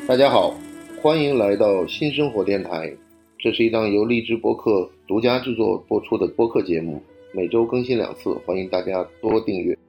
大家好，欢迎来到新生活电台，这是一档由荔枝播客独家制作播出的播客节目，每周更新2次，欢迎大家多订阅。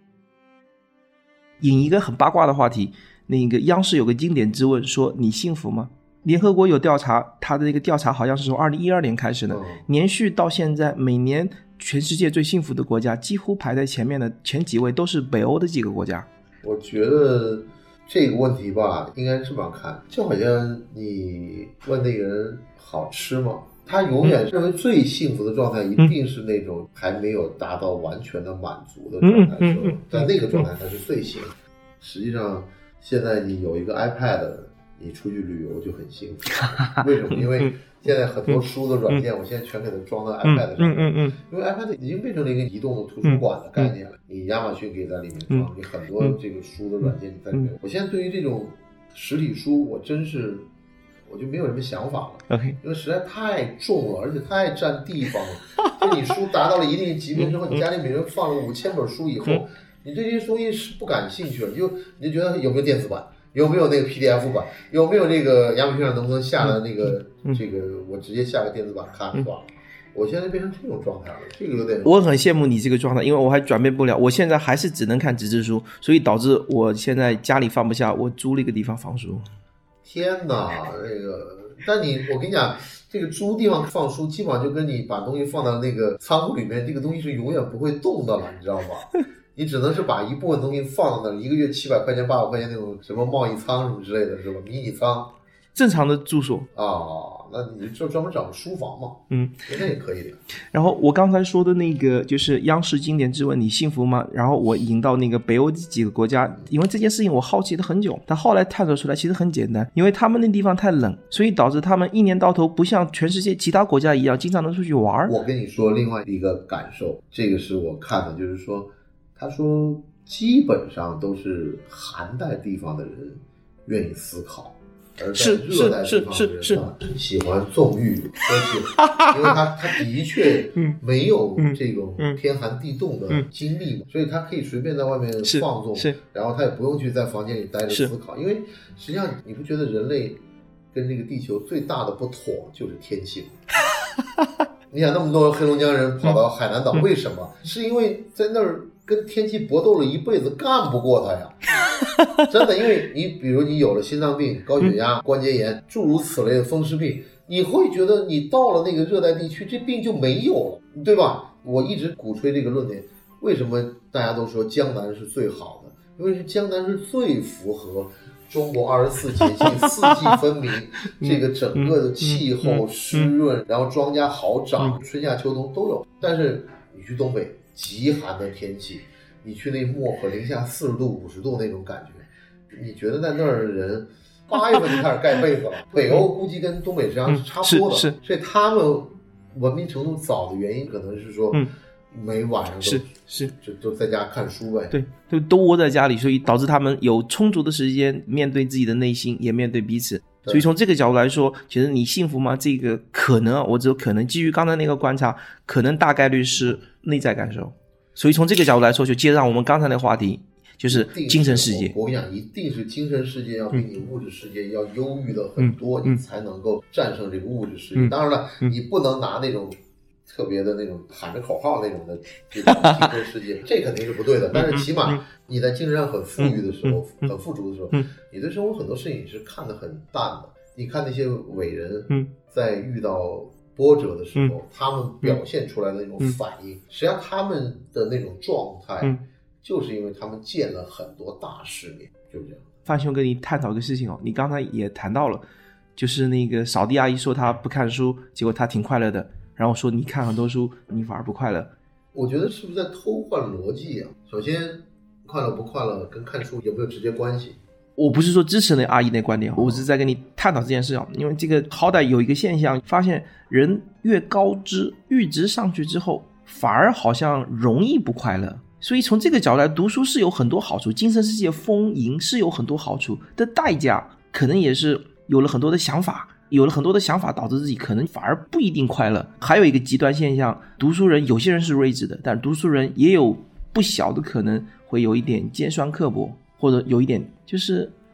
引一个很八卦的话题，那个央视有个经典质问说你幸福吗？联合国有调查，他的那个调查好像是从2012年开始的，连续到现在，每年全世界最幸福的国家几乎排在前面的前几位都是北欧的几个国家。 我觉得这个问题吧，应该这么看，就好像你问那个人好吃吗？他永远认为最幸福的状态一定是那种还没有达到完全的满足的状态的时候，在那个状态他是最幸福。实际上现在你有一个 iPad， 你出去旅游就很幸福。为什么？因为现在很多书的软件我现在全给它装到 iPad 上面，因为 iPad 已经变成了一个移动的图书馆的概念了。你亚马逊可以在里面装，你很多这个书的软件你在里面。我现在对于这种实体书我就没有什么想法了，因为实在太重了，而且太占地方了。就你书达到了一定级别之后，你家里每人放了5000本书以后，你对这些东西是不感兴趣了，你就觉得有没有电子版，有没有那个 PDF 版，有没有这个亚马逊上能不能下了那个这个我直接下个电子版看算了。我现在变成这种状态了，这个有点。 我很羡慕你这个状态，因为我还转变不了，我现在还是只能看纸质书，所以导致我现在家里放不下，我租了一个地方放书。 天哪，但我跟你讲，这个租地方放书，基本上就跟你把东西放到那个仓库里面，这个东西是永远不会动的了，你知道吗？你只能是把一部分东西放到那儿，一个月700块钱、800块钱那种什么贸易仓什么之类的，是吧？迷你仓。 正常的住所那你就专门找个书房嘛，那也可以的。 然后我刚才说的那个就是央视经典质问你幸福吗？然后我引到那个北欧几个国家，因为这件事情我好奇了很久，但后来探索出来其实很简单，因为他们那地方太冷，所以导致他们一年到头不像全世界其他国家一样经常能出去玩。 我跟你说另外一个感受，这个是我看的，就是说他说基本上都是寒带地方的人愿意思考，而在热带地方的人呢喜欢纵欲喝酒，因为他的确没有这种天寒地冻的经历嘛，所以他可以随便在外面放纵，然后他也不用去在房间里待着思考。因为实际上你不觉得人类跟这个地球最大的不妥就是天气吗？你想那么多黑龙江人跑到海南岛，为什么？是因为在那儿跟天气搏斗了一辈子，干不过他呀。真的，因为你比如你有了心脏病、高血压、关节炎诸如此类的风湿病，你会觉得你到了那个热带地区这病就没有了，对吧？我一直鼓吹这个论点，为什么大家都说江南是最好的？因为江南是最符合中国24节气4季分明，这个整个的气候湿润，然后庄稼好长，春夏秋冬都有。但是你去东北极寒的天气，你去那漠河零下40度50度那种感觉，你觉得在那儿的人8月份就开始盖被子了。北欧估计跟东北实际上是差不多的，所以他们文明程度早的原因可能是说每晚上都在家看书呗， 对，都窝在家里，所以导致他们有充足的时间面对自己的内心，也面对彼此。所以从这个角度来说，其实你幸福吗？这个可能我只有可能基于刚才那个观察，可能大概率是内在感受。所以从这个角度来说，就接上我们刚才的话题，就是精神世界。 我跟你讲，一定是精神世界要比你物质世界要忧郁的很多，你才能够战胜这个物质世界。当然了，你不能拿那种特别的那种喊着口号那种的这种精神世界，这肯定是不对的。但是起码你在精神上很富裕的时候，很富足的时候，你对生活很多事情你是看得很淡的。你看那些伟人在遇到波折的时候，他们表现出来的那种反应，实际上他们的那种状态就是因为他们见了很多大世面，就这样。 范兄跟你探讨一个事情你刚才也谈到了，就是那个扫地阿姨说她不看书，结果她挺快乐的，然后说你看很多书你反而不快乐。 我觉得是不是在偷换逻辑啊？首先快乐不快乐跟看书有没有直接关系？ 我不是说支持那阿姨那观点，我是在跟你探讨这件事因为这个好歹有一个现象，发现人越高知阈值上去之后，反而好像容易不快乐。所以从这个角度来，读书是有很多好处，精神世界丰盈是有很多好处的，代价可能也是有了很多的想法，导致自己可能反而不一定快乐。还有一个极端现象，读书人有些人是睿智的，但读书人也有不小的可能会有一点尖酸刻薄，或者有一点就是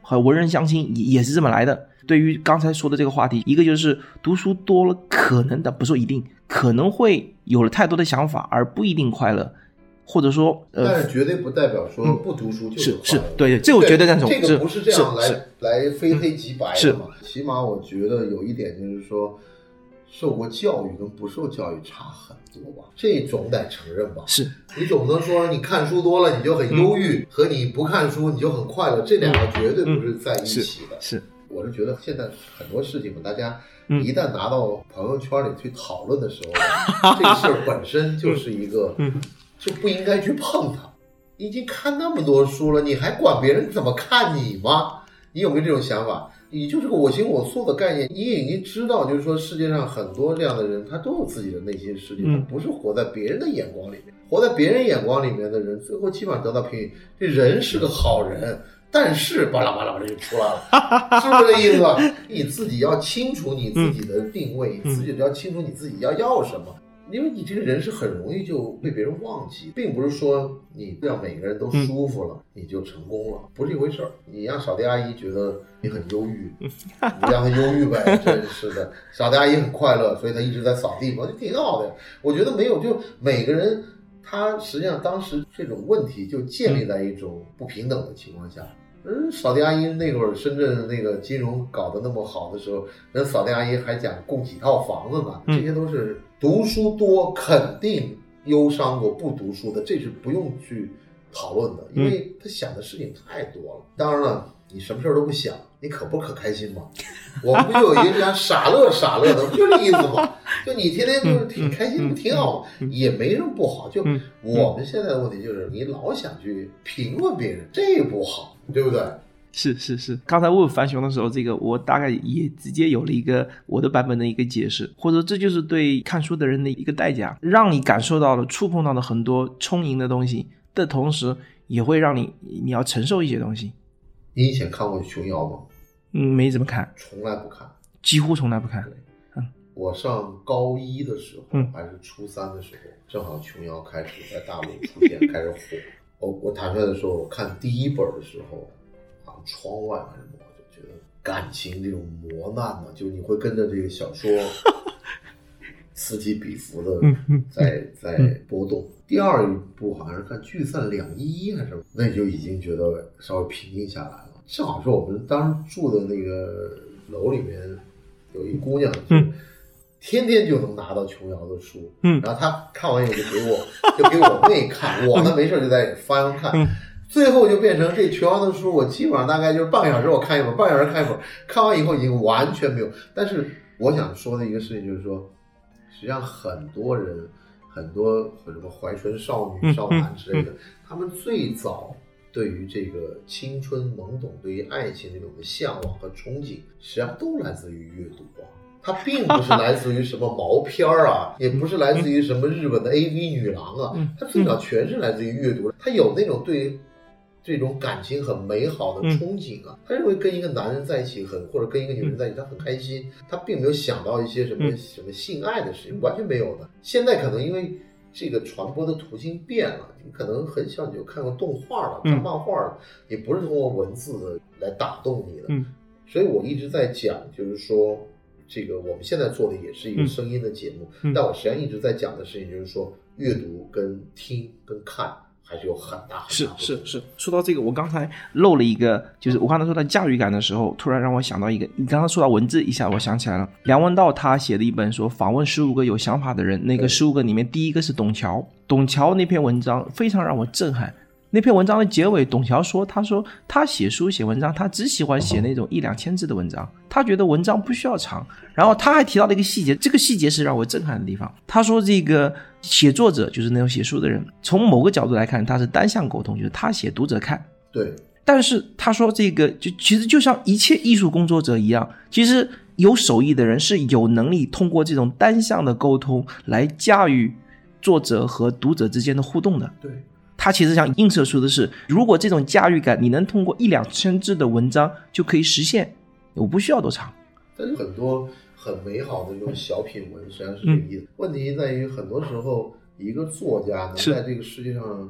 和文人相亲也是这么来的。对于刚才说的这个话题，一个就是读书多了可能的，不说一定，可能会有了太多的想法而不一定快乐，或者说但是绝对不代表说不读书就是快乐。 是对，这我绝对赞同。 这个不是这样来非黑即白的嘛。 是起码我觉得有一点就是说，受过教育跟不受教育差很多吧，这总得承认吧。 是你总不能说你看书多了你就很忧郁，和你不看书你就很快乐，这两个绝对不是在一起的。 是我是觉得现在很多事情嘛，大家一旦拿到朋友圈里去讨论的时候，这个事儿本身就是一个就不应该去碰它。你已经看那么多书了，你还管别人怎么看你吗？你有没有这种想法？你就是个我行我素的概念，你也已经知道，就是说世界上很多这样的人，他都有自己的内心世界，他不是活在别人的眼光里面。活在别人眼光里面的人，最后基本上得到评语，这人是个好人，但是巴拉巴拉巴拉就出来了，是不是这意思？你自己要清楚你自己的定位，你自己要清楚你自己要什么。因为你这个人是很容易就被别人忘记，并不是说你让每个人都舒服了，你就成功了，不是一回事儿。你让扫地阿姨觉得你很忧郁，你让她忧郁呗，真是的。扫地阿姨很快乐，所以她一直在扫地，我就挺好的。我觉得没有，就每个人他实际上当时这种问题就建立在一种不平等的情况下。扫地阿姨那会儿深圳那个金融搞得那么好的时候，人扫地阿姨还讲供几套房子呢，这些都是读书多肯定忧伤过不读书的，这是不用去讨论的，因为他想的事情太多了。当然了，你什么事都不想，你可不可开心吗？我们不就有一个讲傻乐傻乐的，不就这意思吗？就你天天就是挺开心，挺好，也没什么不好。就我们现在的问题就是，你老想去评论别人，这不好，对不对？ 是。刚才问樊雄的时候，这个我大概也直接有了一个我的版本的一个解释，或者这就是对看书的人的一个代价，让你感受到了触碰到了很多充盈的东西的同时，也会让你要承受一些东西。 你以前看过琼瑶吗？ 没怎么看， 从来不看， 几乎从来不看。 我上高一的时候，还是初三的时候，正好琼瑶开始在大陆出现，开始火。我坦率的说，我看第一本的时候，好像窗外还是什么，我就觉得感情这种磨难呢，就你会跟着这个小说此起彼伏的在波动。第二部好像是看《聚散两依依》还是什么，那就已经觉得稍微平静下来了。正好是我们当时住的那个楼里面有一姑娘，天天就能拿到琼瑶的书，然后她看完以后就给我妹看，我呢没事就在翻看，最后就变成这琼瑶的书，我基本上大概就是半个小时我看一本，半个小时看一本，看完以后已经完全没有。但是我想说的一个事情就是说，实际上很多人，很多什么怀春少女、少男之类的，他们最早对于这个青春懵懂，对于爱情这种的向往和憧憬，实际上都来自于阅读啊。它并不是来自于什么毛片啊，也不是来自于什么日本的 AV 女郎啊，它最早全是来自于阅读。它有那种对这种感情很美好的憧憬啊，他认为跟一个男人在一起或者跟一个女人在一起他很开心，他并没有想到一些什么性爱的事情，完全没有的。现在可能因为这个传播的途径变了，你可能很小你就看过动画了，看漫画了，也不是通过文字的来打动你的。所以我一直在讲，就是说这个我们现在做的也是一个声音的节目，但我实际上一直在讲的事情就是说，阅读跟听跟看还是有很大很大是。说到这个，我刚才漏了一个，就是我刚才说到驾驭感的时候，突然让我想到一个，你刚刚说到文字一下，我想起来了，梁文道他写的一本说访问15个有想法的人，那个15个里面第一个是董桥那篇文章非常让我震撼。那篇文章的结尾，董桥说，他说他写书写文章，他只喜欢写那种1-2千字的文章，他觉得文章不需要长。然后他还提到了一个细节，这个细节是让我震撼的地方。他说这个写作者就是那种写书的人，从某个角度来看，他是单向沟通，就是他写读者看。 对。 但是他说这个其实就像一切艺术工作者一样，其实有手艺的人是有能力通过这种单向的沟通来驾驭作者和读者之间的互动的。 对。 他其实想映射出的是，如果这种驾驭感你能通过1-2千字的文章就可以实现，我不需要多长。 但是很多很美好的这种小品文实际上是这个意思。问题在于很多时候一个作家能在这个世界上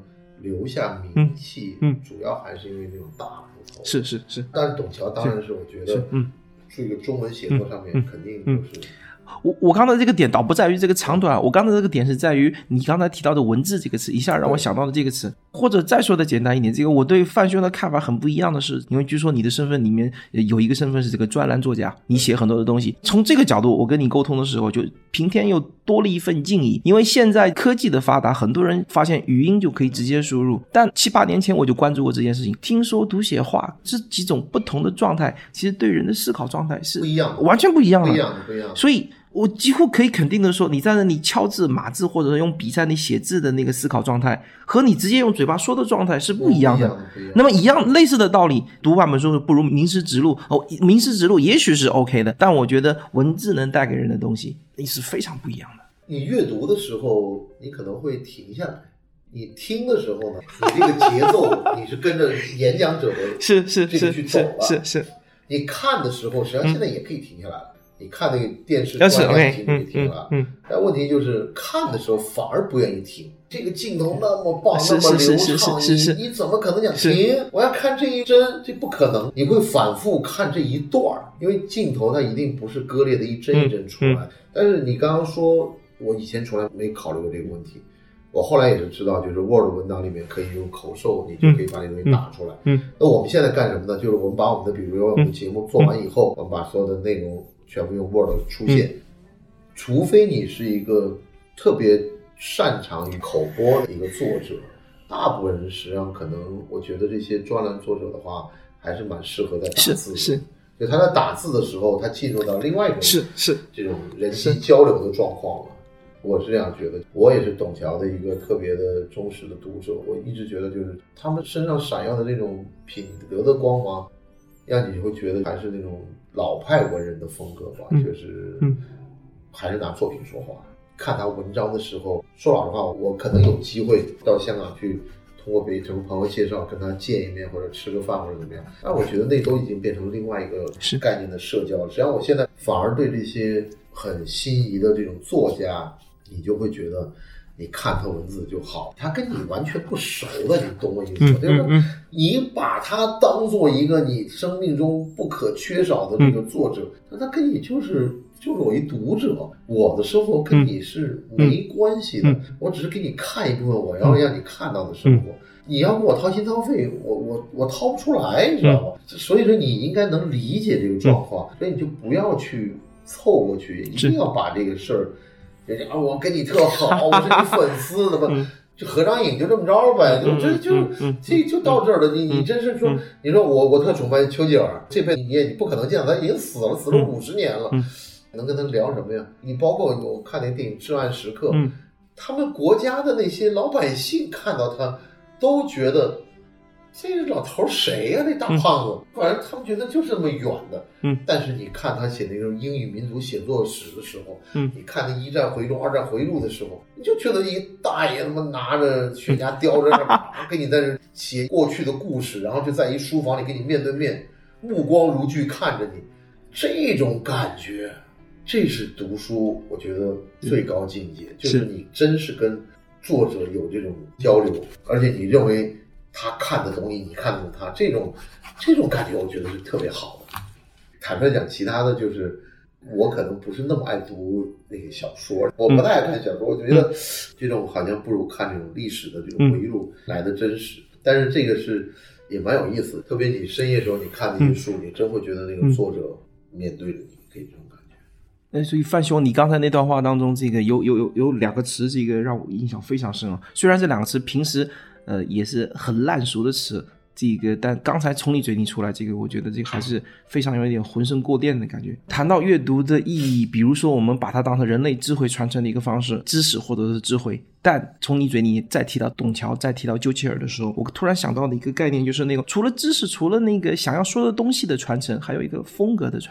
留下名气，主要还是因为那种大部头。 是。 但是董桥当然是我觉得，这个中文写作上面肯定就是。 我刚才这个点倒不在于这个长短，我刚才这个点是在于你刚才提到的文字这个词，一下让我想到了这个词。或者再说的简单一点，这个我对范兄的看法很不一样的是，因为据说你的身份里面有一个身份是这个专栏作家，你写很多的东西。从这个角度我跟你沟通的时候，就平添又多了一份敬意。因为现在科技的发达，很多人发现语音就可以直接输入，但7、8年前我就关注过这件事情。听说读写话这几种不同的状态，其实对人的思考状态是不一样的， 完全不一样的， 不一样的。 所以我几乎可以肯定的说，你在那里敲字码字或者用笔在你写字的那个思考状态，和你直接用嘴巴说的状态是不一样的。那么类似的道理，读版本书不如名师指路。名师指路也许是 OK 的，但我觉得文字能带给人的东西是非常不一样的。 你阅读的时候，你可能会停下来；你听的时候呢，你这个节奏你是跟着演讲者的这个去走了。 是。 你看的时候，实际上现在也可以停下来了。你看那个电视转眼睛就停了，但问题就是看的时候反而不愿意停。这个镜头那么棒，那么流畅，你怎么可能讲停？我要看这一帧，这不可能。你会反复看这一段，因为镜头它一定不是割裂的一帧一帧出来。但是你刚刚说，我以前从来没考虑过这个问题。我后来也是知道，就是 Word 文档里面可以用口授，你就可以把这东西打出来。那我们现在干什么呢？就是我们把我们的，比如说我们节目做完以后，我们把所有的内容全部用 Word 出现。除非你是一个特别擅长于口播的一个作者，大部分人实际上可能，我觉得这些专栏作者的话，还是蛮适合在打字的。是。就他在打字的时候，他进入到另外一种是这种人际交流的状况了。我是这样觉得，我也是董桥的一个特别的忠实的读者。我一直觉得，就是他们身上闪耀的那种品德的光芒，让你会觉得还是那种老派文人的风格吧，就是还是拿作品说话。看他文章的时候，说老实话，我可能有机会到香港去，通过别什么朋友介绍跟他见一面，或者吃个饭，或者怎么样。但我觉得那都已经变成另外一个概念的社交了。实际上，我现在反而对这些很心仪的这种作家，你就会觉得你看他文字就好，他跟你完全不熟的，你懂我意思吗？就是你把他当做一个你生命中不可缺少的这个作者，他跟你就是我一读者，我的生活跟你是没关系的，我只是给你看一部分我要让你看到的生活。你要给我掏心掏肺，我掏不出来，你知道吗？所以说你应该能理解这个状况，所以你就不要去凑过去，一定要把这个事儿，人家我跟你特好，我是你粉丝的吧。就合张影就这么着呗，就到这儿了。你真是说，你说我特崇拜丘吉尔，这辈子你不可能见到他，已经死了50年了，能跟他聊什么呀？你包括我看那电影《至暗时刻》，他们国家的那些老百姓看到他，都觉得这个老头谁呀？那大胖子，反正他们觉得就是这么远的。但是你看他写那种英语民族写作史的时候，你看那一战回中、二战回路的时候，你就觉得一大爷他妈拿着雪茄叼着那跟你在这写过去的故事，然后就在一书房里跟你面对面，目光如炬看着你，这种感觉，这是读书我觉得最高境界，就是你真是跟作者有这种交流，而且你认为他看得懂你，你看得懂他，这种感觉我觉得是特别好的。坦率讲，其他的就是我可能不是那么爱读那个小说，我不太爱看小说，我觉得这种好像不如看这种历史的这种回忆录来的真实。但是这个是也蛮有意思的，特别你深夜的时候你看那些书，你真会觉得那个作者面对着你，给这种感觉。 所以范兄，你刚才那段话当中，这个有两个词，这个让我印象非常深啊。虽然这两个词平时也是很烂熟的词，这个但刚才从你嘴里出来，这个我觉得这个还是非常有一点浑身过电的感觉。谈到阅读的意义，比如说我们把它当成人类智慧传承的一个方式，知识或者是智慧。但从你嘴里再提到董桥，再提到丘吉尔的时候，我突然想到的一个概念，就是那个除了知识，除了那个想要说的东西的传承，还有一个风格的传承。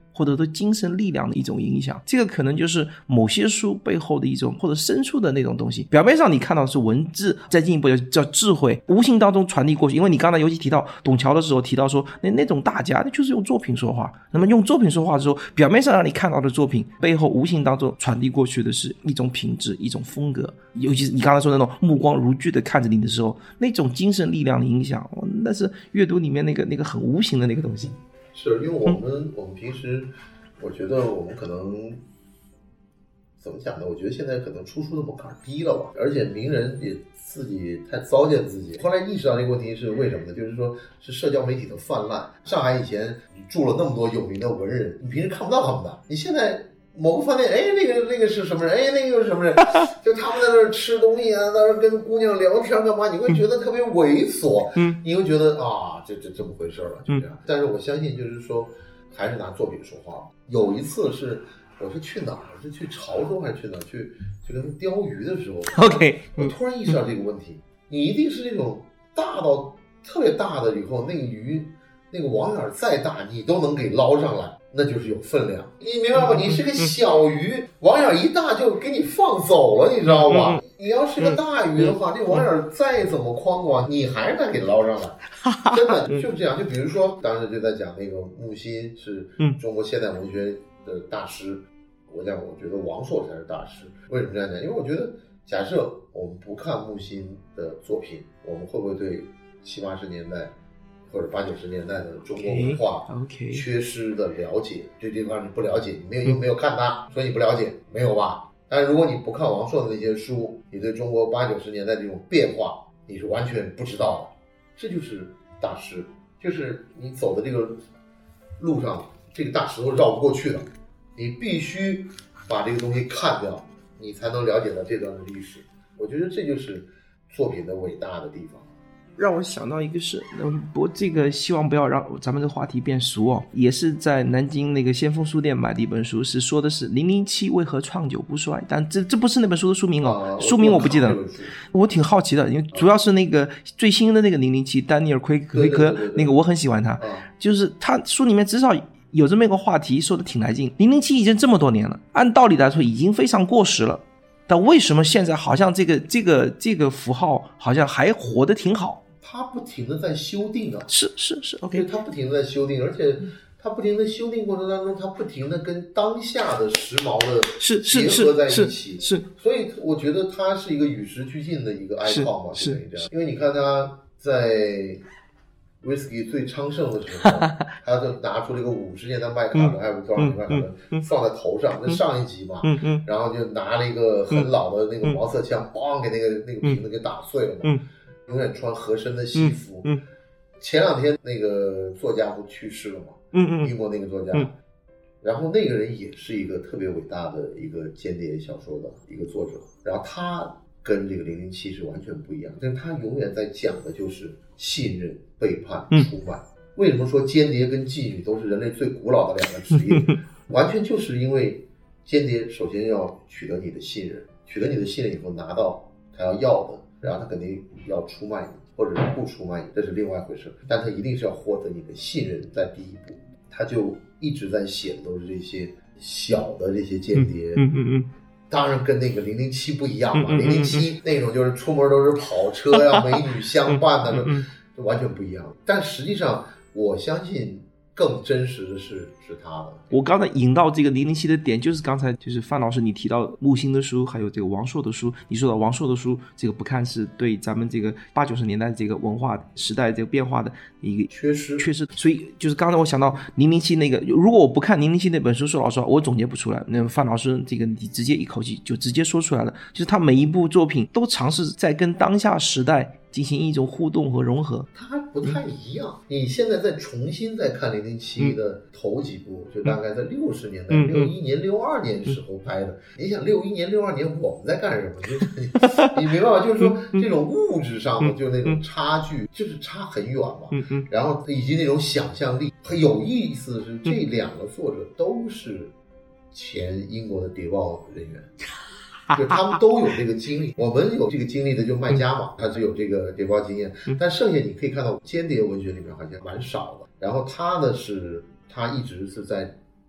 或者对精神力量的一种影响。这个可能就是某些书背后的一种或者深处的那种东西。表面上你看到的是文字，再进一步叫智慧，无形当中传递过去。因为你刚才尤其提到董桥的时候提到说那种大家就是用作品说话，那么用作品说话的时候，表面上让你看到的作品背后无形当中传递过去的是一种品质，一种风格。尤其是你刚才说的那种目光如炬的看着你的时候，那种精神力量的影响，那是阅读里面那个很无形的那个东西。 是因为我们平时，我觉得我们可能怎么讲呢？我觉得现在可能出书的门槛低了吧，而且名人也自己太糟践自己。后来意识到这个问题是为什么呢？就是说是社交媒体的泛滥。上海以前你住了那么多有名的文人，你平时看不到他们的，你现在某个饭店，哎，那个是什么人？哎，那个又是什么人？就他们在那儿吃东西啊，在那儿跟姑娘聊天干嘛？你会觉得特别猥琐，你会觉得啊，这么回事了，就这样。但是我相信，就是说，还是拿作品说话。有一次我是去哪儿？我是去潮州还是去哪儿？去跟他们钓鱼的时候 ，OK， 我突然意识到这个问题。你一定是那种大到特别大的以后，那个鱼那个网眼再大，你都能给捞上来。那就是有分量，你明白吗？你是个小鱼，网眼一大就给你放走了，你知道吗？你要是个大鱼的话，这网眼再怎么宽广，你还是得给捞上来。真的就这样。就比如说，当时就在讲那个木心是中国现代文学的大师，我觉得王朔才是大师。为什么这样讲？因为我觉得，假设我们不看木心的作品，我们会不会对70、80年代？或者80、90年代的中国文化缺失的了解，对这地方你不了解，你没有看它，所以你不了解，没有吧？但是如果你不看王朔的那些书，你对中国80、90年代这种变化，你是完全不知道的。这就是大师，就是你走的这个路上，这个大石头绕不过去的，你必须把这个东西看掉，你才能了解到这段的历史。我觉得这就是作品的伟大的地方。 让我想到一个事，不过这个希望不要让咱们这个话题变俗哦。也是在南京那个先锋书店买的一本书，是说的是007为何创久不衰，但这不是那本书的书名哦，书名我不记得了。我挺好奇的，因为主要是那个最新的那个007丹尼尔奎克那个我很喜欢他，就是他书里面至少有这么一个话题说的挺来劲。007已经这么多年了，按道理来说已经非常过时了，但为什么现在好像这个符号好像还活得挺好？ 他不停的在修订啊， 是 OK， 他不停的在修订，而且他不停的修订过程当中，他不停的跟当下的时髦的结合在一起， 是， 所以我觉得他是一个与时俱进的一个 icon 嘛，是这样。因为你看他在 whisky 最昌盛的时候，他就拿出这个50年的麦卡伦，还有多少年麦卡伦放在头上，那上一集嘛，然后就拿了一个很老的那个毛瑟枪，梆给那个瓶子给打碎了嘛。永远穿合身的西服。前2天那个作家不去世了吗？英国那个作家，然后那个人也是一个特别伟大的一个间谍小说的一个作者，然后他跟这个007是完全不一样，但是他永远在讲的就是信任、背叛、出卖。为什么说间谍跟妓女都是人类最古老的2个职业？完全就是因为间谍首先要取得你的信任，取得你的信任以后拿到他要的，然后他肯定要出卖你，或者是不出卖你，这是另外一回事。但他一定是要获得你的信任在第一步。他就一直在写的都是这些小的这些间谍。当然跟那个007不一样嘛，007那种就是出门都是跑车呀、美女相伴的，就完全不一样。但实际上，我相信更真实的是他的。 我刚才引到这个007的点，就是刚才就是范老师你提到木心的书，还有这个王朔的书，你说到王朔的书，这个不看是对咱们这个80、90年代这个文化时代这个变化的一个缺失。所以就是刚才我想到007那个，如果我不看007那本书，说老实话，我总结不出来。那范老师这个你直接一口气就直接说出来了，就是他每一部作品都尝试在跟当下时代进行一种互动和融合。 它不太一样。你现在再重新再看007的头几部，就大概在60年代61年62年时候拍的。你想61年62年我们在干什么？就是你明白吗？就是说这种物质上的就那种差距就是差很远嘛。然后以及那种想象力。很有意思的是，这2个作者都是前英国的谍报人员。就他们都有这个经历，我们有这个经历的就麦家嘛，他是有这个谍报经验，但剩下你可以看到间谍文学里面好像蛮少的。然后他呢他一直是在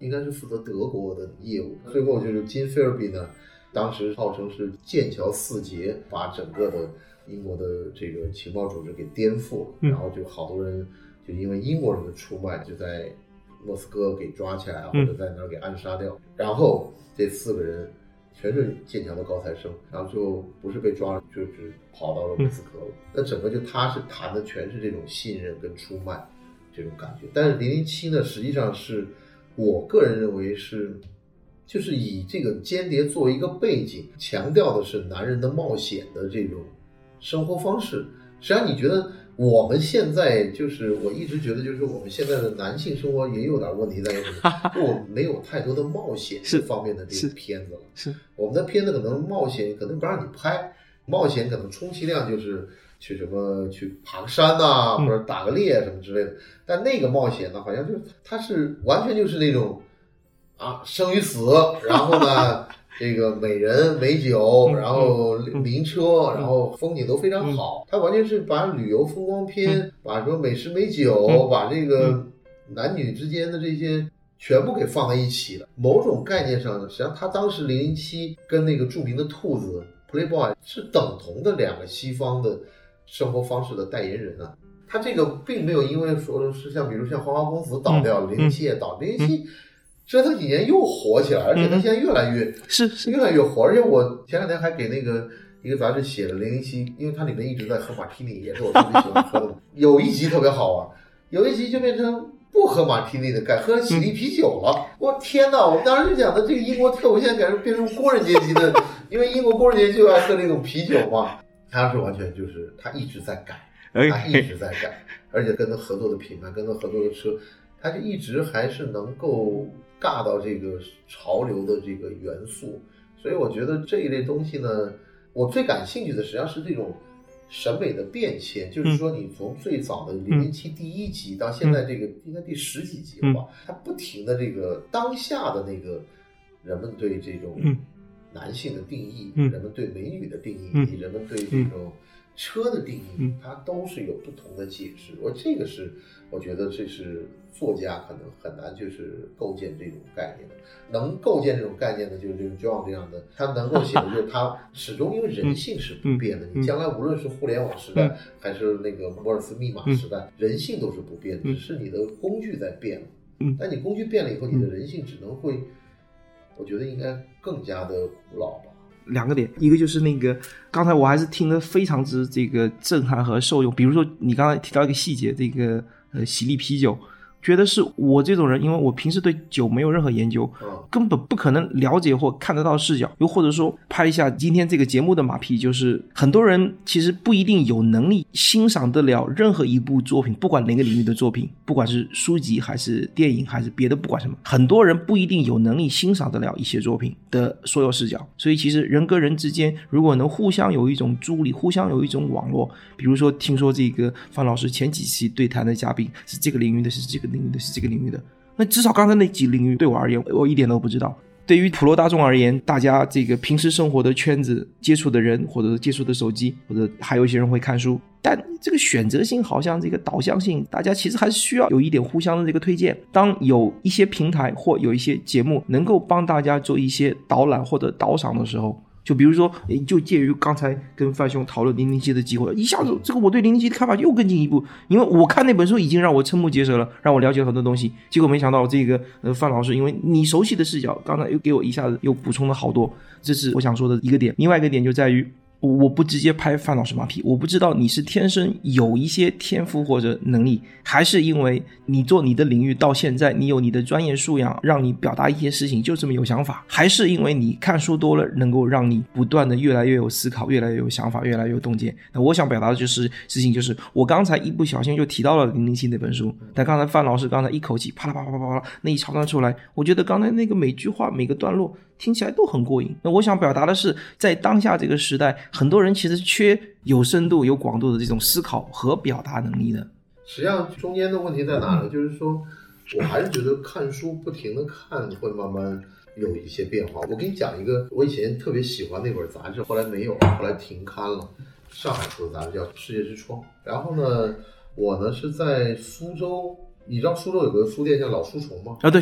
应该是负责德国的业务。最后就是金菲尔比呢，当时号称是剑桥4杰，把整个的英国的这个情报组织给颠覆了，然后就好多人就因为英国人的出卖，就在莫斯科给抓起来，或者在那儿给暗杀掉。然后这4个人全是剑桥的高材生，然后就不是被抓了，就是跑到了莫斯科了。那整个就他是谈的全是这种信任跟出卖这种感觉。但是007呢，实际上是我个人认为是就是以这个间谍作为一个背景，强调的是男人的冒险的这种生活方式。实际上你觉得我们现在就是我一直觉得就是我们现在的男性生活也有点问题在于什么？我们没有太多的冒险方面的这个片子了。 是我们的片子可能冒险可能不让你拍，冒险可能充其量就是去什么去爬个山啊，或者打个猎什么之类的。但那个冒险呢，好像就是它是完全就是那种啊生与死，然后呢这个美人美酒，然后名车，然后风景都非常好。它完全是把旅游风光片，把什么美食美酒，把这个男女之间的这些全部给放在一起了。某种概念上呢，实际上他当时007跟那个著名的兔子 Playboy 是等同的2个西方的生活方式的代言人啊。他这个并没有因为说是像比如像花花公子倒掉了，007也倒，007折腾几年又火起来，而且他现在越来越越来越火。而且我前2天还给那个一个杂志写了007，因为它里面一直在喝马提尼，也是我特别喜欢喝的。有一集特别好玩，有一集就变成不喝马提尼的，改喝喜力啤酒了。我天哪！我当时就讲的这个英国特务现在改成变成工人阶级的，因为英国工人阶级就爱喝那种啤酒嘛。他是完全就是他一直在改，他一直在改，而且跟他合作的品牌，跟他合作的车，他就一直还是能够尬到这个潮流的这个元素。所以我觉得这一类东西呢，我最感兴趣的实际上是这种审美的变迁，就是说你从最早的007第1集到现在这个应该第10几集了吧，它不停的这个当下的那个人们对这种男性的定义，人们对美女的定义，以及人们对这种车的定义，它都是有不同的解释。这个是我觉得这是作家可能很难就是构建这种概念的。能构建这种概念的就是这种 John 这样的，他能够写的就是他始终因为人性是不变的，你将来无论是互联网时代还是那个摩尔斯密码时代，人性都是不变的，只是你的工具在变了。但你工具变了以后，你的人性只能会，我觉得应该更加的古老吧。 2个点，一个就是那个刚才我还是听得非常之这个震撼和受用，比如说你刚才提到一个细节，这个喜力啤酒，觉得是我这种人，因为我平时对酒没有任何研究，根本不可能了解或看得到视角。又或者说拍一下今天这个节目的马屁，就是很多人其实不一定有能力欣赏得了任何一部作品，不管哪个领域的作品，不管是书籍还是电影还是别的，不管什么，很多人不一定有能力欣赏得了一些作品的所有视角。所以其实人跟人之间如果能互相有一种助力，互相有一种网络，比如说听说这个范老师前几期对谈的嘉宾是这个领域的，是这个领域的，是这个领域的，那至少刚才那几领域对我而言我一点都不知道。对于普罗大众而言，大家这个平时生活的圈子接触的人，或者接触的手机，或者还有一些人会看书，但这个选择性好像这个导向性，大家其实还是需要有一点互相的这个推荐。当有一些平台或有一些节目能够帮大家做一些导览或者导赏的时候，就比如说就介于刚才跟范兄讨论007的机会，一下子这个我对007的看法又更进一步，因为我看那本书已经让我瞠目结舌了，让我了解了很多东西，结果没想到这个范老师因为你熟悉的视角，刚才又给我一下子又补充了好多，这是我想说的一个点。另外一个点就在于我不直接拍范老师马屁，我不知道你是天生有一些天赋或者能力，还是因为你做你的领域到现在你有你的专业素养，让你表达一些事情就这么有想法，还是因为你看书多了能够让你不断的越来越有思考，越来越有想法，越来越有洞见。那我想表达的就是事情就是我刚才一不小心就提到了007那本书，但刚才范老师刚才一口气啪啦啪啦啪啦啪啦那一长段出来，我觉得刚才那个每句话每个段落听起来都很过瘾。那我想表达的是在当下这个时代，很多人其实缺有深度有广度的这种思考和表达能力的。 实际上中间的问题在哪呢？就是说我还是觉得看书不停的看会慢慢有一些变化。我给你讲一个我以前特别喜欢那本杂志，后来没有，后来停刊了，上海出的杂志叫《世界之窗》。然后呢我呢是在苏州，你知道苏州有个书店叫老书虫吗？ 啊，对，是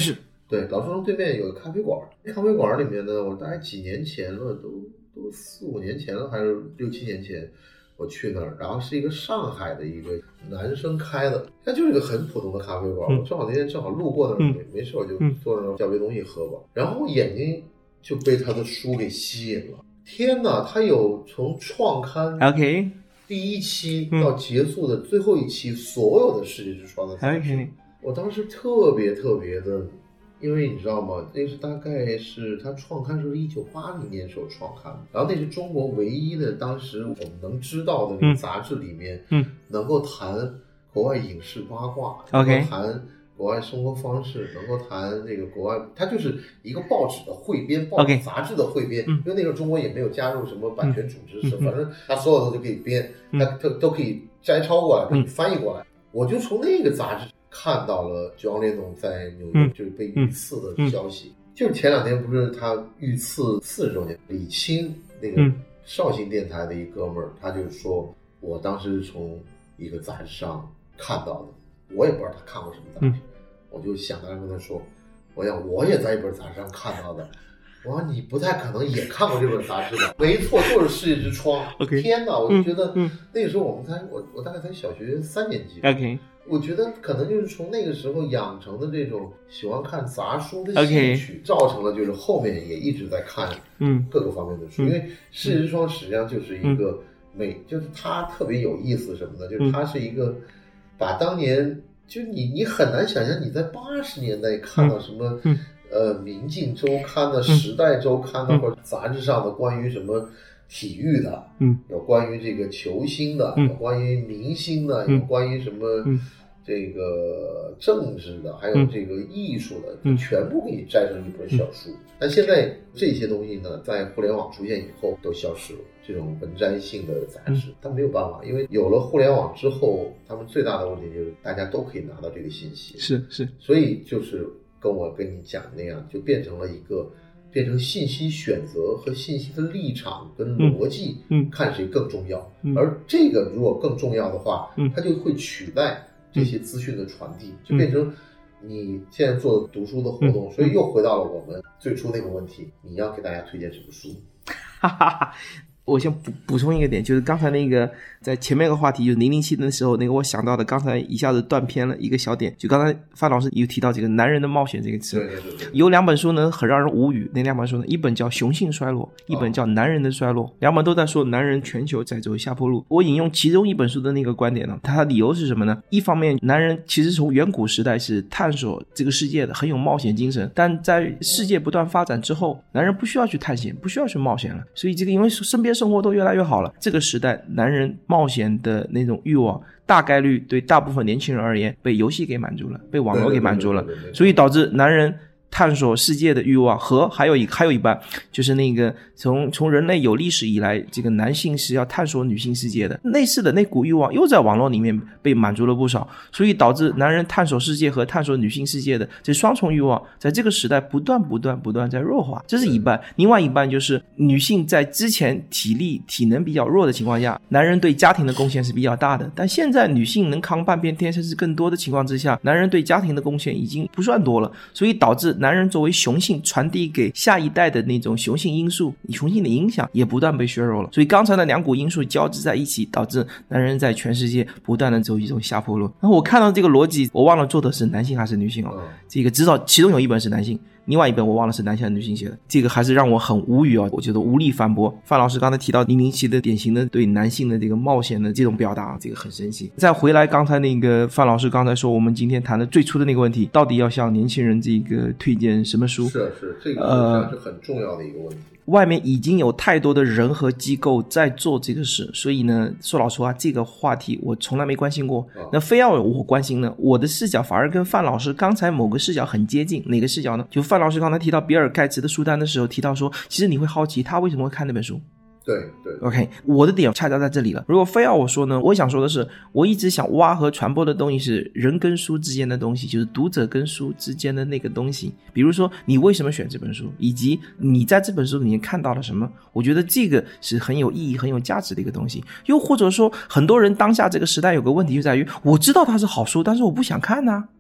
对，老书城对面有个咖啡馆，咖啡馆里面呢，我大概几年前了，都4、5年前了，还是6、7年前，我去那儿，然后是一个上海的一个男生开的，那就是一个很普通的咖啡馆。我正好那天路过那儿，没事我就坐那儿叫杯东西喝吧，然后眼睛就被他的书给吸引了。天哪，他有从创刊 OK 第1期到结束的最后1期所有的世界之窗的杂志。我当时特别的，因为你知道吗？那是大概是他创刊是1980年时候创刊，然后那是中国唯一的当时我们能知道的那个杂志里面，能够谈国外影视八卦，能够谈国外生活方式，能够谈那个国外，它就是一个报纸的汇编，报纸杂志的汇编，因为那个中国也没有加入什么版权组织，反正它所有的都可以编，它都可以摘抄过来，可以翻译过来。我就从那个杂志看到了九王连总在纽约就是被遇刺的消息，就是前2天不是他遇刺40周年，李青那个绍兴电台的一哥们儿，他就说我当时是从一个杂志上看到的，我也不知道他看过什么杂志，我就想当然跟他说，我也在一本杂志上看到的。我说你不太可能也看过这本杂志吧？没错，就是世界之窗。天哪，我就觉得那个时候我大概才小学3年级。我觉得可能就是从那个时候养成的这种喜欢看杂书的兴趣，造成了就是后面也一直在看各个方面的书。因为世界之窗实际上就是一个就是它特别有意思什么的，就是它是一个把当年就你很难想象你在80年代看到什么民进周刊的、时代周刊的，或者杂志上的关于什么体育的，有关于这个球星的，有关于明星的，有关于什么这个政治的，还有这个艺术的，就全部给你摘成一本小书。但现在这些东西呢，在互联网出现以后都消失了，这种文摘性的杂志它没有办法，因为有了互联网之后，他们最大的问题就是大家都可以拿到这个信息， 是， 所以就是跟我跟你讲那样，就变成信息选择和信息的立场跟逻辑，看谁更重要。而这个如果更重要的话，它就会取代这些资讯的传递，就变成你现在做读书的活动，所以又回到了我们最初那个问题，你要给大家推荐什么书？ 我先补充一个点，就是刚才那个在前面一个话题，就是007的时候，那个我想到的，刚才一下子断片了一个小点，就刚才范老师有提到这个男人的冒险这个词， 对， 有2本书呢很让人无语，那2本书呢，一本叫《雄性衰落》，一本叫《男人的衰落》，2本都在说男人全球在走下坡路。我引用其中一本书的那个观点呢，它的理由是什么呢？一方面，男人其实从远古时代是探索这个世界的，很有冒险精神，但在世界不断发展之后，男人不需要去探险，不需要去冒险了，所以这个因为身边生活都越来越好了，这个时代男人冒险的那种欲望大概率对大部分年轻人而言被游戏给满足了，被网络给满足了，所以导致男人探索世界的欲望和还有一半就是那个从人类有历史以来，这个男性是要探索女性世界的，类似的那股欲望又在网络里面被满足了不少，所以导致男人探索世界和探索女性世界的这双重欲望在这个时代不断在弱化，这是一半。另外一半就是女性在之前体能比较弱的情况下，男人对家庭的贡献是比较大的，但现在女性能扛半边天甚至更多的情况之下，男人对家庭的贡献已经不算多了，所以导致男人作为雄性传递给下一代的那种雄性因素，雄性的影响也不断被削弱了。所以刚才的2股因素交织在一起，导致男人在全世界不断的走一种下坡路。然后我看到这个逻辑，我忘了作者是男性还是女性这个至少其中有一本是男性，另外一本我忘了是男性还是女性写的，这个还是让我很无语我觉得无力反驳。范老师刚才提到007的典型的对男性的这个冒险的这种表达，这个很神奇。再回来刚才那个范老师刚才说我们今天谈的最初的那个问题，到底要向年轻人这个推荐什么书？ 是这个是很重要的一个问题。 外面已经有太多的人和机构在做这个事，所以呢，说老实话，这个话题我从来没关心过。那非要我关心呢，我的视角反而跟范老师刚才某个视角很接近。哪个视角呢？就范老师刚才提到比尔盖茨的书单的时候，提到说，其实你会好奇他为什么会看那本书。 对 OK， 我的点恰恰在这里了。如果非要我说呢，我想说的是，我一直想挖和传播的东西是人跟书之间的东西，就是读者跟书之间的那个东西。比如说你为什么选这本书，以及你在这本书里面看到了什么，我觉得这个是很有意义很有价值的一个东西。又或者说很多人当下这个时代有个问题就在于，我知道它是好书，但是我不想看啊。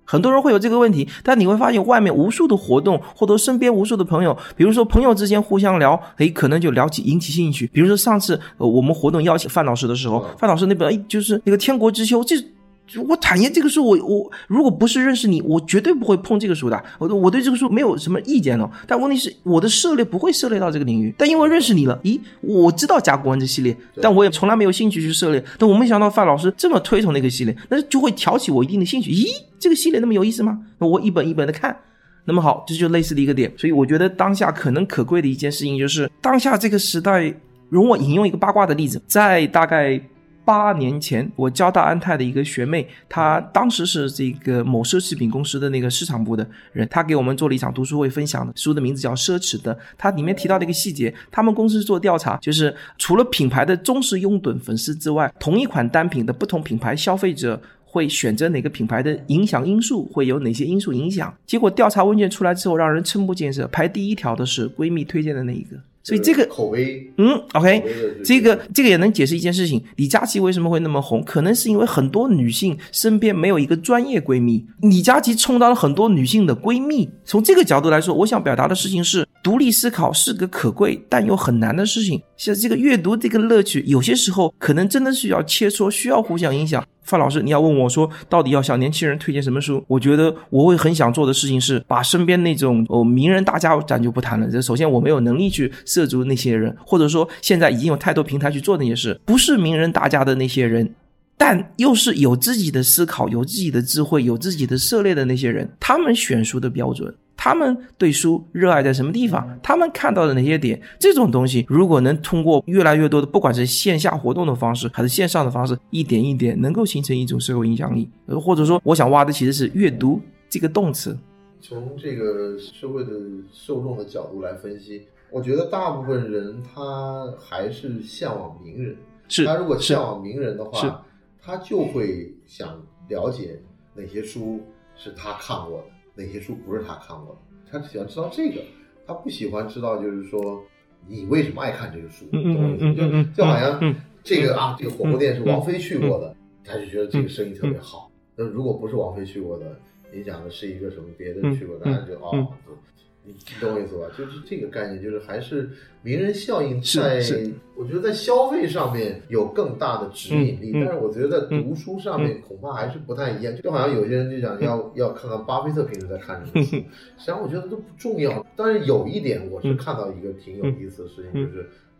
很多人会有这个问题，但你会发现外面无数的活动，或者身边无数的朋友，比如说朋友之间互相聊，可能就引起兴趣。比如说上次我们活动邀请范老师的时候，范老师那本就是那个天国之秋，我坦言这个书我如果不是认识你，我绝对不会碰这个书的。我对这个书没有什么意见哦，但问题是我的涉猎不会涉猎到这个领域。但因为认识你了，我知道甲骨文这系列，但我也从来没有兴趣去涉猎。但我没想到范老师这么推崇那个系列，那就会挑起我一定的兴趣。这个系列那么有意思吗？我一本一本的看。那么好，这就类似的一个点。所以我觉得当下可能可贵的一件事情就是当下这个时代，容我引用一个八卦的例子，在大概8年前，我交大安泰的一个学妹，她当时是这个某奢侈品公司的那个市场部的人，她给我们做了一场读书会分享的，书的名字叫《奢侈的》，它里面提到的一个细节，他们公司做调查，就是除了品牌的忠实拥趸粉丝之外，同一款单品的不同品牌消费者会选择哪个品牌的影响因素，会有哪些因素影响。结果调查问卷出来之后，让人瞠目结舌，排第一条的是闺蜜推荐的那一个。所以这个口碑 ，OK， 这个也能解释一件事情，李佳琦为什么会那么红，可能是因为很多女性身边没有一个专业闺蜜，李佳琦充当了很多女性的闺蜜。从这个角度来说，我想表达的事情是，独立思考是个可贵但又很难的事情。像这个阅读这个乐趣，有些时候可能真的需要切磋，需要互相影响。范老师，你要问我说到底要向年轻人推荐什么书，我觉得我会很想做的事情是把身边那种名人大家咱就不谈了，首先我没有能力去涉足那些人，或者说现在已经有太多平台去做那些事，不是名人大家的那些人，但又是有自己的思考，有自己的智慧，有自己的涉猎的那些人，他们选书的标准，他们对书热爱在什么地方，他们看到的哪些点，这种东西如果能通过越来越多的不管是线下活动的方式还是线上的方式，一点一点能够形成一种社会影响力。或者说我想挖的其实是阅读这个动词。 从这个社会的受众的角度来分析，我觉得大部分人他还是向往名人，他如果向往名人的话，他就会想了解哪些书是他看过的，哪些书不是他看过的，他只想知道这个，他不喜欢知道就是说你为什么爱看这个书，就好像这个这个火锅店是王菲去过的，他就觉得这个生意特别好。那如果不是王菲去过的，你讲的是一个什么别的去过的，大家就你懂我意思吧？就是这个概念，就是还是名人效应在，我觉得在消费上面有更大的指引力，但是我觉得在读书上面恐怕还是不太一样。就好像有些人就讲要看看巴菲特平时在看什么书，实际上我觉得都不重要。但是有一点我是看到一个挺有意思的事情，就是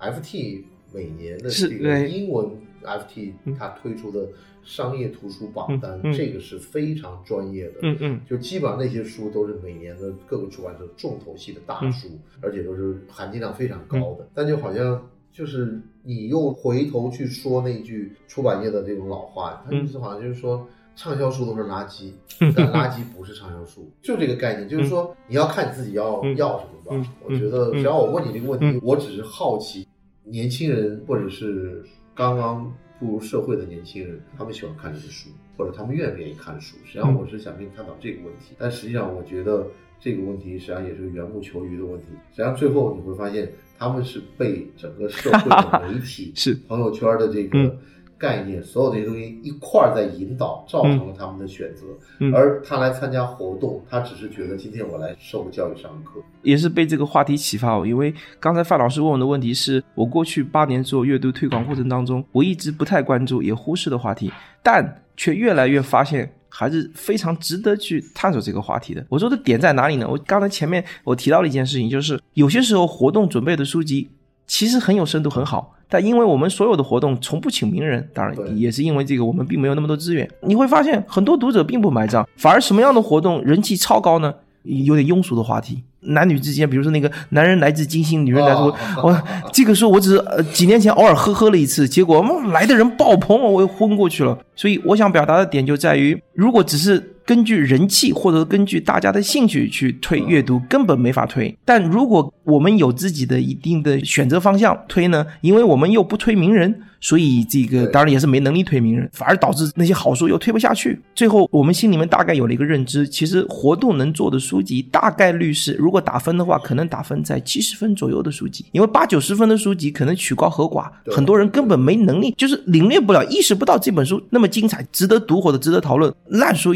FT 每年的这个英文 FT 它推出的商业图书榜单，这个是非常专业的，就基本上那些书都是每年的各个出版社重头戏的大书，而且都是含金量非常高的。但就好像就是你又回头去说那句出版业的这种老话，它意思好像就是说畅销书都是垃圾，但垃圾不是畅销书，就这个概念，就是说你要看你自己要什么吧。我觉得只要我问你这个问题，我只是好奇年轻人或者是刚刚步入社会的年轻人，他们喜欢看这个书，或者他们愿不愿意看书。实际上我是想跟你探讨这个问题，但实际上我觉得这个问题实际上也是缘木求鱼的问题。实际上最后你会发现，他们是被整个社会的媒体是朋友圈的这个概念，所有这些东西一块儿在引导，造成了他们的选择。而他来参加活动，他只是觉得今天我来受个教育上课， 也是被这个话题启发。因为刚才范老师问我的问题是我过去8年做阅读推广过程当中，我一直不太关注也忽视的话题，但却越来越发现还是非常值得去探索这个话题的。我说的点在哪里呢？我刚才前面我提到了一件事情，就是有些时候活动准备的书籍其实很有深度很好，但因为我们所有的活动从不请名人，当然也是因为这个我们并没有那么多资源，你会发现很多读者并不买账，反而什么样的活动人气超高呢？有点庸俗的话题，男女之间，比如说那个男人来自金星，女人来自这个时候我只是几年前偶尔喝了一次，结果来的人爆棚，我又昏过去了。所以我想表达的点就在于，如果只是根据人气或者根据大家的兴趣去推阅读，根本没法推。但如果我们有自己的一定的选择方向推呢，因为我们又不推名人，所以这个当然也是没能力推名人，反而导致那些好书又推不下去。最后我们心里面大概有了一个认知，其实活动能做的书籍大概率是，如果打分的话可能打分在70分左右的书籍，因为80-90分的书籍可能曲高和寡，很多人根本没能力，就是领略不了，意识不到这本书那么精彩值得读或者值得讨论，烂书又不值得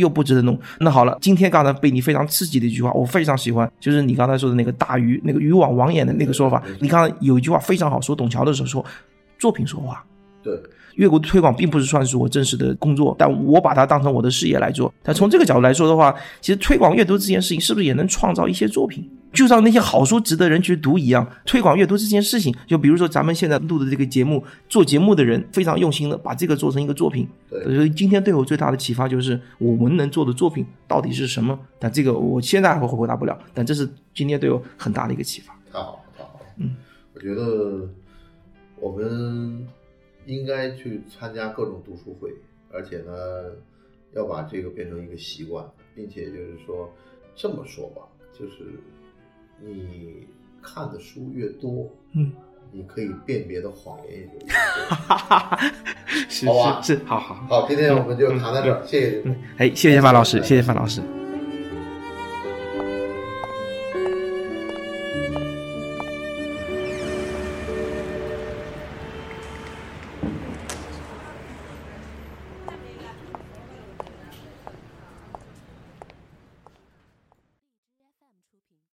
弄。那好了，今天刚才被你非常刺激的一句话我非常喜欢，就是你刚才说的那个大鱼那个渔网网眼的那个说法。你刚才有一句话非常好，说董桥的时候说作品说话。 对， 阅读推广并不是算是我正式的工作，但我把它当成我的事业来做。但从这个角度来说的话，其实推广阅读这件事情是不是也能创造一些作品，就像那些好书值得人去读一样。推广阅读这件事情，就比如说咱们现在录的这个节目，做节目的人非常用心的把这个做成一个作品。所以今天对我最大的启发就是我们能做的作品到底是什么，但这个我现在还回答不了，但这是今天对我很大的一个启发。 太好了。我觉得我们应该去参加各种读书会，而且呢要把这个变成一个习惯，并且就是说这么说吧，就是你看的书越多，你可以辨别的谎言也就越多。好吧， 是，好， 今天我们就谈到这儿，谢谢。 谢谢范老师，谢谢范老师。